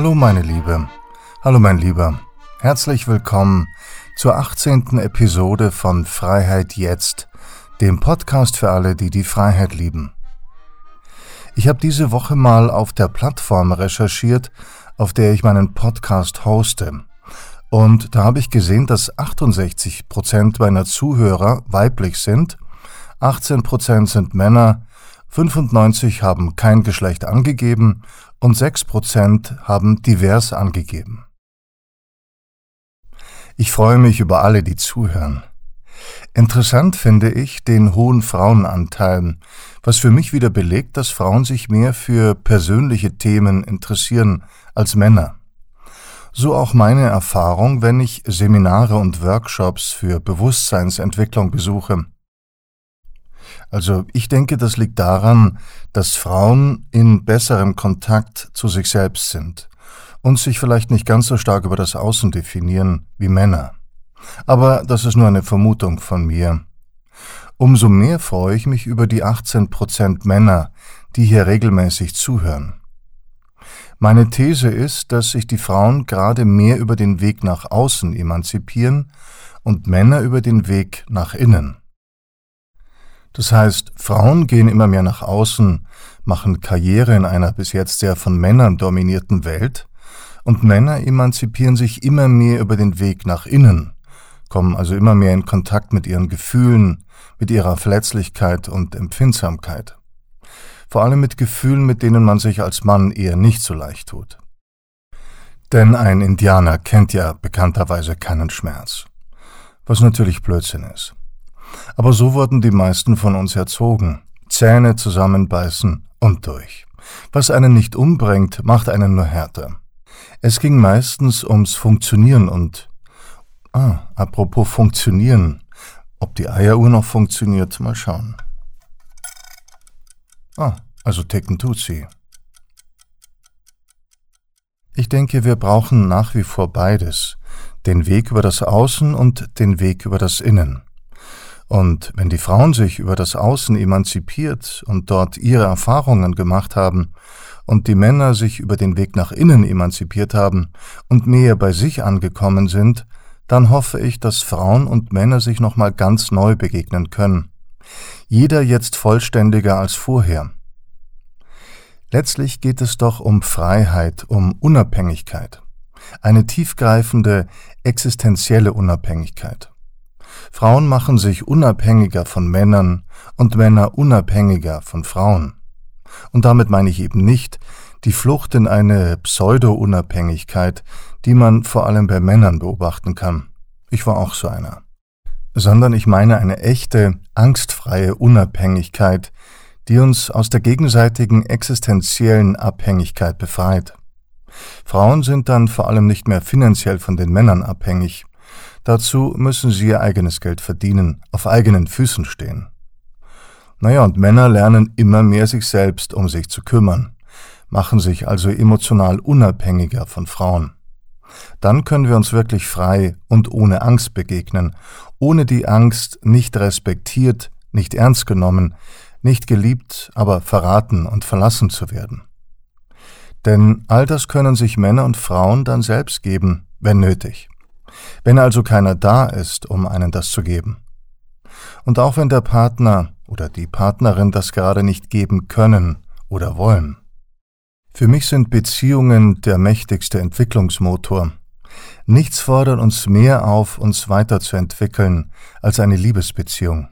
Hallo meine Liebe, hallo mein Lieber, herzlich willkommen zur 18. Episode von Freiheit jetzt, dem Podcast für alle, die die Freiheit lieben. Ich habe diese Woche mal auf der Plattform recherchiert, auf der ich meinen Podcast hoste. Und da habe ich gesehen, dass 68% meiner Zuhörer weiblich sind, 18% sind Männer, 95% haben kein Geschlecht angegeben und 6% haben divers angegeben. Ich freue mich über alle, die zuhören. Interessant finde ich den hohen Frauenanteil, was für mich wieder belegt, dass Frauen sich mehr für persönliche Themen interessieren als Männer. So auch meine Erfahrung, wenn ich Seminare und Workshops für Bewusstseinsentwicklung besuche. Also ich denke, das liegt daran, dass Frauen in besserem Kontakt zu sich selbst sind und sich vielleicht nicht ganz so stark über das Außen definieren wie Männer. Aber das ist nur eine Vermutung von mir. Umso mehr freue ich mich über die 18% Männer, die hier regelmäßig zuhören. Meine These ist, dass sich die Frauen gerade mehr über den Weg nach außen emanzipieren und Männer über den Weg nach innen. Das heißt, Frauen gehen immer mehr nach außen, machen Karriere in einer bis jetzt sehr von Männern dominierten Welt und Männer emanzipieren sich immer mehr über den Weg nach innen, kommen also immer mehr in Kontakt mit ihren Gefühlen, mit ihrer Verletzlichkeit und Empfindsamkeit. Vor allem mit Gefühlen, mit denen man sich als Mann eher nicht so leicht tut. Denn ein Indianer kennt ja bekannterweise keinen Schmerz, was natürlich Blödsinn ist. Aber so wurden die meisten von uns erzogen. Zähne zusammenbeißen und durch. Was einen nicht umbringt, macht einen nur härter. Es ging meistens ums Funktionieren und... apropos Funktionieren. Ob die Eieruhr noch funktioniert, mal schauen. Also ticken tut sie. Ich denke, wir brauchen nach wie vor beides. Den Weg über das Außen und den Weg über das Innen. Und wenn die Frauen sich über das Außen emanzipiert und dort ihre Erfahrungen gemacht haben und die Männer sich über den Weg nach innen emanzipiert haben und mehr bei sich angekommen sind, dann hoffe ich, dass Frauen und Männer sich nochmal ganz neu begegnen können. Jeder jetzt vollständiger als vorher. Letztlich geht es doch um Freiheit, um Unabhängigkeit. Eine tiefgreifende, existenzielle Unabhängigkeit. Frauen machen sich unabhängiger von Männern und Männer unabhängiger von Frauen. Und damit meine ich eben nicht die Flucht in eine Pseudo-Unabhängigkeit, die man vor allem bei Männern beobachten kann. Ich war auch so einer. Sondern ich meine eine echte, angstfreie Unabhängigkeit, die uns aus der gegenseitigen existenziellen Abhängigkeit befreit. Frauen sind dann vor allem nicht mehr finanziell von den Männern abhängig. Dazu müssen sie ihr eigenes Geld verdienen, auf eigenen Füßen stehen. Und Männer lernen immer mehr sich selbst um sich zu kümmern, machen sich also emotional unabhängiger von Frauen. Dann können wir uns wirklich frei und ohne Angst begegnen, ohne die Angst, nicht respektiert, nicht ernst genommen, nicht geliebt, aber verraten und verlassen zu werden. Denn all das können sich Männer und Frauen dann selbst geben, wenn nötig. Wenn also keiner da ist, um einen das zu geben. Und auch wenn der Partner oder die Partnerin das gerade nicht geben können oder wollen. Für mich sind Beziehungen der mächtigste Entwicklungsmotor. Nichts fordert uns mehr auf, uns weiterzuentwickeln, als eine Liebesbeziehung.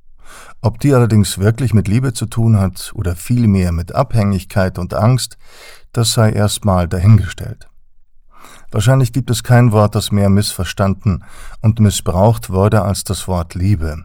Ob die allerdings wirklich mit Liebe zu tun hat oder vielmehr mit Abhängigkeit und Angst, das sei erstmal dahingestellt. Wahrscheinlich gibt es kein Wort, das mehr missverstanden und missbraucht wurde als das Wort Liebe.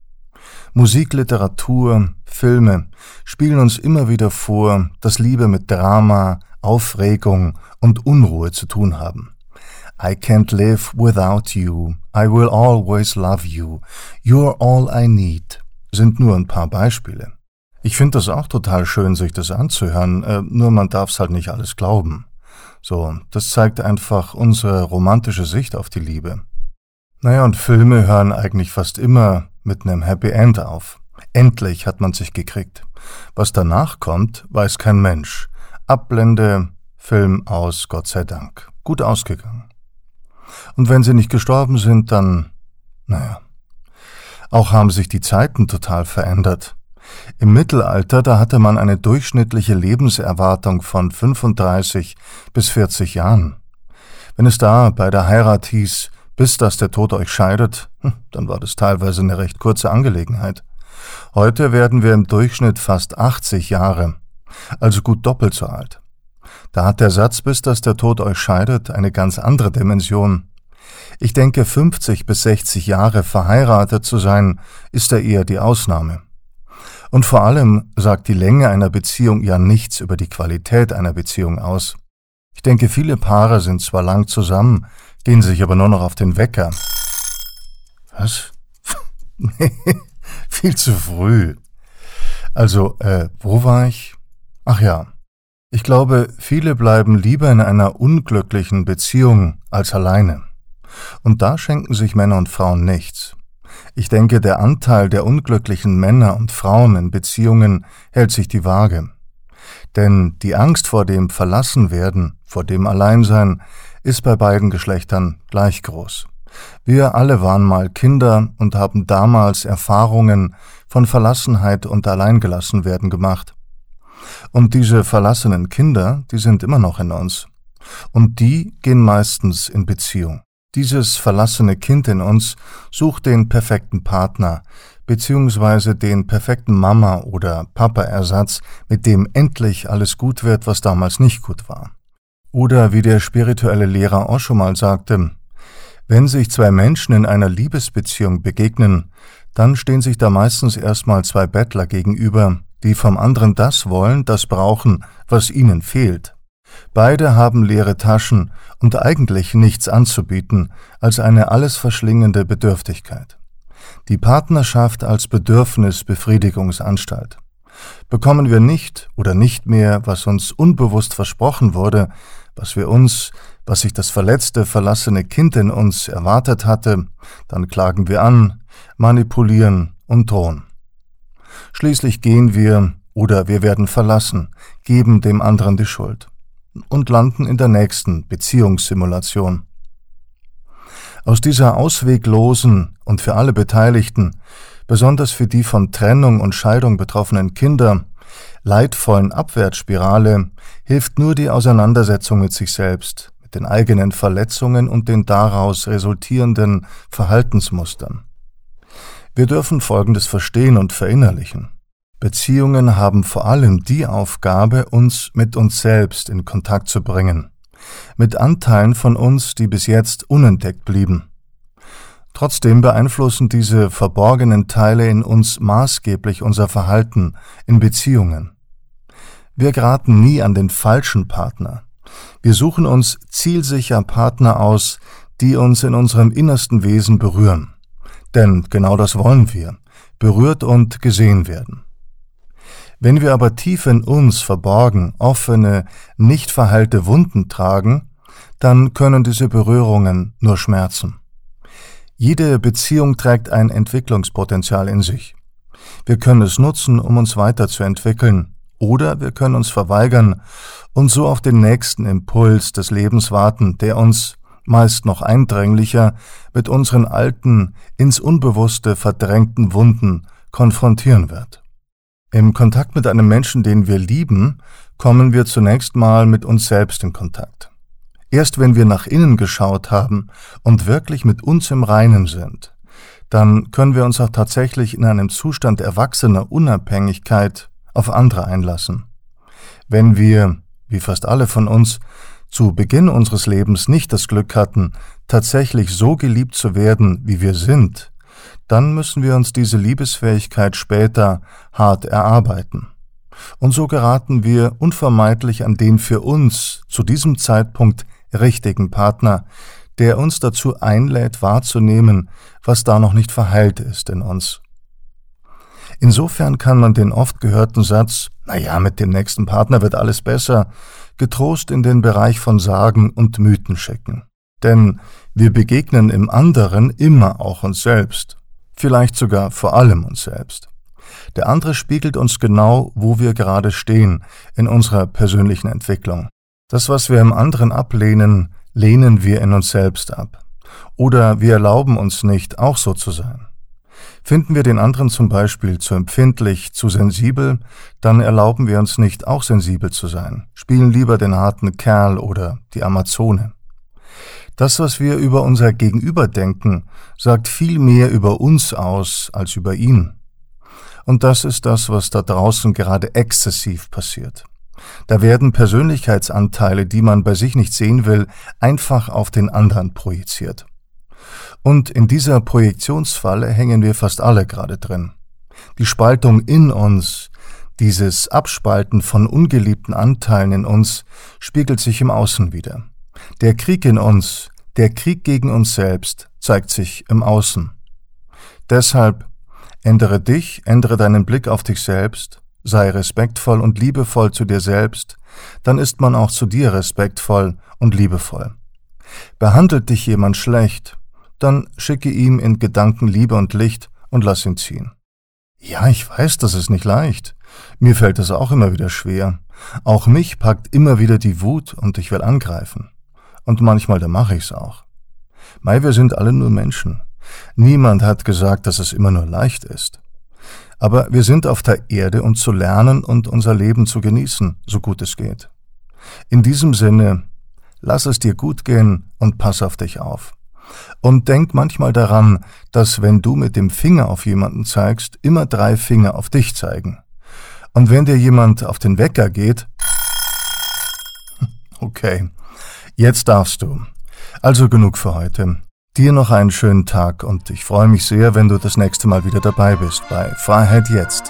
Musik, Literatur, Filme spielen uns immer wieder vor, dass Liebe mit Drama, Aufregung und Unruhe zu tun haben. I can't live without you, I will always love you, you're all I need, sind nur ein paar Beispiele. Ich finde das auch total schön, sich das anzuhören, nur man darf es halt nicht alles glauben. So, das zeigt einfach unsere romantische Sicht auf die Liebe. Und Filme hören eigentlich fast immer mit einem Happy End auf. Endlich hat man sich gekriegt. Was danach kommt, weiß kein Mensch. Abblende, Film aus, Gott sei Dank. Gut ausgegangen. Und wenn sie nicht gestorben sind, dann, naja. Auch haben sich die Zeiten total verändert. Im Mittelalter, da hatte man eine durchschnittliche Lebenserwartung von 35 bis 40 Jahren. Wenn es da bei der Heirat hieß, bis dass der Tod euch scheidet, dann war das teilweise eine recht kurze Angelegenheit. Heute werden wir im Durchschnitt fast 80 Jahre, also gut doppelt so alt. Da hat der Satz, bis dass der Tod euch scheidet, eine ganz andere Dimension. Ich denke, 50 bis 60 Jahre verheiratet zu sein, ist da eher die Ausnahme. Und vor allem sagt die Länge einer Beziehung ja nichts über die Qualität einer Beziehung aus. Ich denke, viele Paare sind zwar lang zusammen, gehen sich aber nur noch auf den Wecker. Was? Nee, viel zu früh. Also, wo war ich? Ach ja. Ich glaube, viele bleiben lieber in einer unglücklichen Beziehung als alleine. Und da schenken sich Männer und Frauen nichts. Ich denke, der Anteil der unglücklichen Männer und Frauen in Beziehungen hält sich die Waage. Denn die Angst vor dem Verlassenwerden, vor dem Alleinsein, ist bei beiden Geschlechtern gleich groß. Wir alle waren mal Kinder und haben damals Erfahrungen von Verlassenheit und Alleingelassenwerden gemacht. Und diese verlassenen Kinder, die sind immer noch in uns. Und die gehen meistens in Beziehung. Dieses verlassene Kind in uns sucht den perfekten Partner, beziehungsweise den perfekten Mama- oder Papa-Ersatz, mit dem endlich alles gut wird, was damals nicht gut war. Oder wie der spirituelle Lehrer Osho mal sagte, wenn sich zwei Menschen in einer Liebesbeziehung begegnen, dann stehen sich da meistens erstmal zwei Bettler gegenüber, die vom anderen das wollen, das brauchen, was ihnen fehlt. Beide haben leere Taschen und eigentlich nichts anzubieten als eine alles verschlingende Bedürftigkeit. Die Partnerschaft als Bedürfnisbefriedigungsanstalt. Bekommen wir nicht oder nicht mehr, was uns unbewusst versprochen wurde, was sich das verletzte, verlassene Kind in uns erwartet hatte, dann klagen wir an, manipulieren und drohen. Schließlich gehen wir oder wir werden verlassen, geben dem anderen die Schuld und landen in der nächsten Beziehungssimulation. Aus dieser ausweglosen und für alle Beteiligten, besonders für die von Trennung und Scheidung betroffenen Kinder, leidvollen Abwärtsspirale hilft nur die Auseinandersetzung mit sich selbst, mit den eigenen Verletzungen und den daraus resultierenden Verhaltensmustern. Wir dürfen Folgendes verstehen und verinnerlichen. Beziehungen haben vor allem die Aufgabe, uns mit uns selbst in Kontakt zu bringen, mit Anteilen von uns, die bis jetzt unentdeckt blieben. Trotzdem beeinflussen diese verborgenen Teile in uns maßgeblich unser Verhalten in Beziehungen. Wir geraten nie an den falschen Partner. Wir suchen uns zielsicher Partner aus, die uns in unserem innersten Wesen berühren. Denn genau das wollen wir, berührt und gesehen werden. Wenn wir aber tief in uns verborgen, offene, nicht verheilte Wunden tragen, dann können diese Berührungen nur schmerzen. Jede Beziehung trägt ein Entwicklungspotenzial in sich. Wir können es nutzen, um uns weiterzuentwickeln, oder wir können uns verweigern und so auf den nächsten Impuls des Lebens warten, der uns, meist noch eindringlicher, mit unseren alten, ins Unbewusste verdrängten Wunden konfrontieren wird. Im Kontakt mit einem Menschen, den wir lieben, kommen wir zunächst mal mit uns selbst in Kontakt. Erst wenn wir nach innen geschaut haben und wirklich mit uns im Reinen sind, dann können wir uns auch tatsächlich in einem Zustand erwachsener Unabhängigkeit auf andere einlassen. Wenn wir, wie fast alle von uns, zu Beginn unseres Lebens nicht das Glück hatten, tatsächlich so geliebt zu werden, wie wir sind, dann müssen wir uns diese Liebesfähigkeit später hart erarbeiten. Und so geraten wir unvermeidlich an den für uns zu diesem Zeitpunkt richtigen Partner, der uns dazu einlädt, wahrzunehmen, was da noch nicht verheilt ist in uns. Insofern kann man den oft gehörten Satz, »Naja, mit dem nächsten Partner wird alles besser«, getrost in den Bereich von Sagen und Mythen schicken. Denn wir begegnen im anderen immer auch uns selbst, vielleicht sogar vor allem uns selbst. Der andere spiegelt uns genau, wo wir gerade stehen in unserer persönlichen Entwicklung. Das, was wir im anderen ablehnen, lehnen wir in uns selbst ab. Oder wir erlauben uns nicht, auch so zu sein. Finden wir den anderen zum Beispiel zu empfindlich, zu sensibel, dann erlauben wir uns nicht, auch sensibel zu sein, spielen lieber den harten Kerl oder die Amazone. Das, was wir über unser Gegenüber denken, sagt viel mehr über uns aus als über ihn. Und das ist das, was da draußen gerade exzessiv passiert. Da werden Persönlichkeitsanteile, die man bei sich nicht sehen will, einfach auf den anderen projiziert. Und in dieser Projektionsfalle hängen wir fast alle gerade drin. Die Spaltung in uns, dieses Abspalten von ungeliebten Anteilen in uns, spiegelt sich im Außen wider. Der Krieg in uns, der Krieg gegen uns selbst, zeigt sich im Außen. Deshalb ändere dich, ändere deinen Blick auf dich selbst, sei respektvoll und liebevoll zu dir selbst, dann ist man auch zu dir respektvoll und liebevoll. Behandelt dich jemand schlecht, dann schicke ihm in Gedanken Liebe und Licht und lass ihn ziehen. Ja, ich weiß, das ist nicht leicht. Mir fällt es auch immer wieder schwer. Auch mich packt immer wieder die Wut und ich will angreifen. Und manchmal, da mache ich's auch. Mei, wir sind alle nur Menschen. Niemand hat gesagt, dass es immer nur leicht ist. Aber wir sind auf der Erde, um zu lernen und unser Leben zu genießen, so gut es geht. In diesem Sinne, lass es dir gut gehen und pass auf dich auf. Und denk manchmal daran, dass wenn du mit dem Finger auf jemanden zeigst, immer 3 Finger auf dich zeigen. Und wenn dir jemand auf den Wecker geht, okay, jetzt darfst du. Also genug für heute. Dir noch einen schönen Tag und ich freue mich sehr, wenn du das nächste Mal wieder dabei bist bei Freiheit jetzt.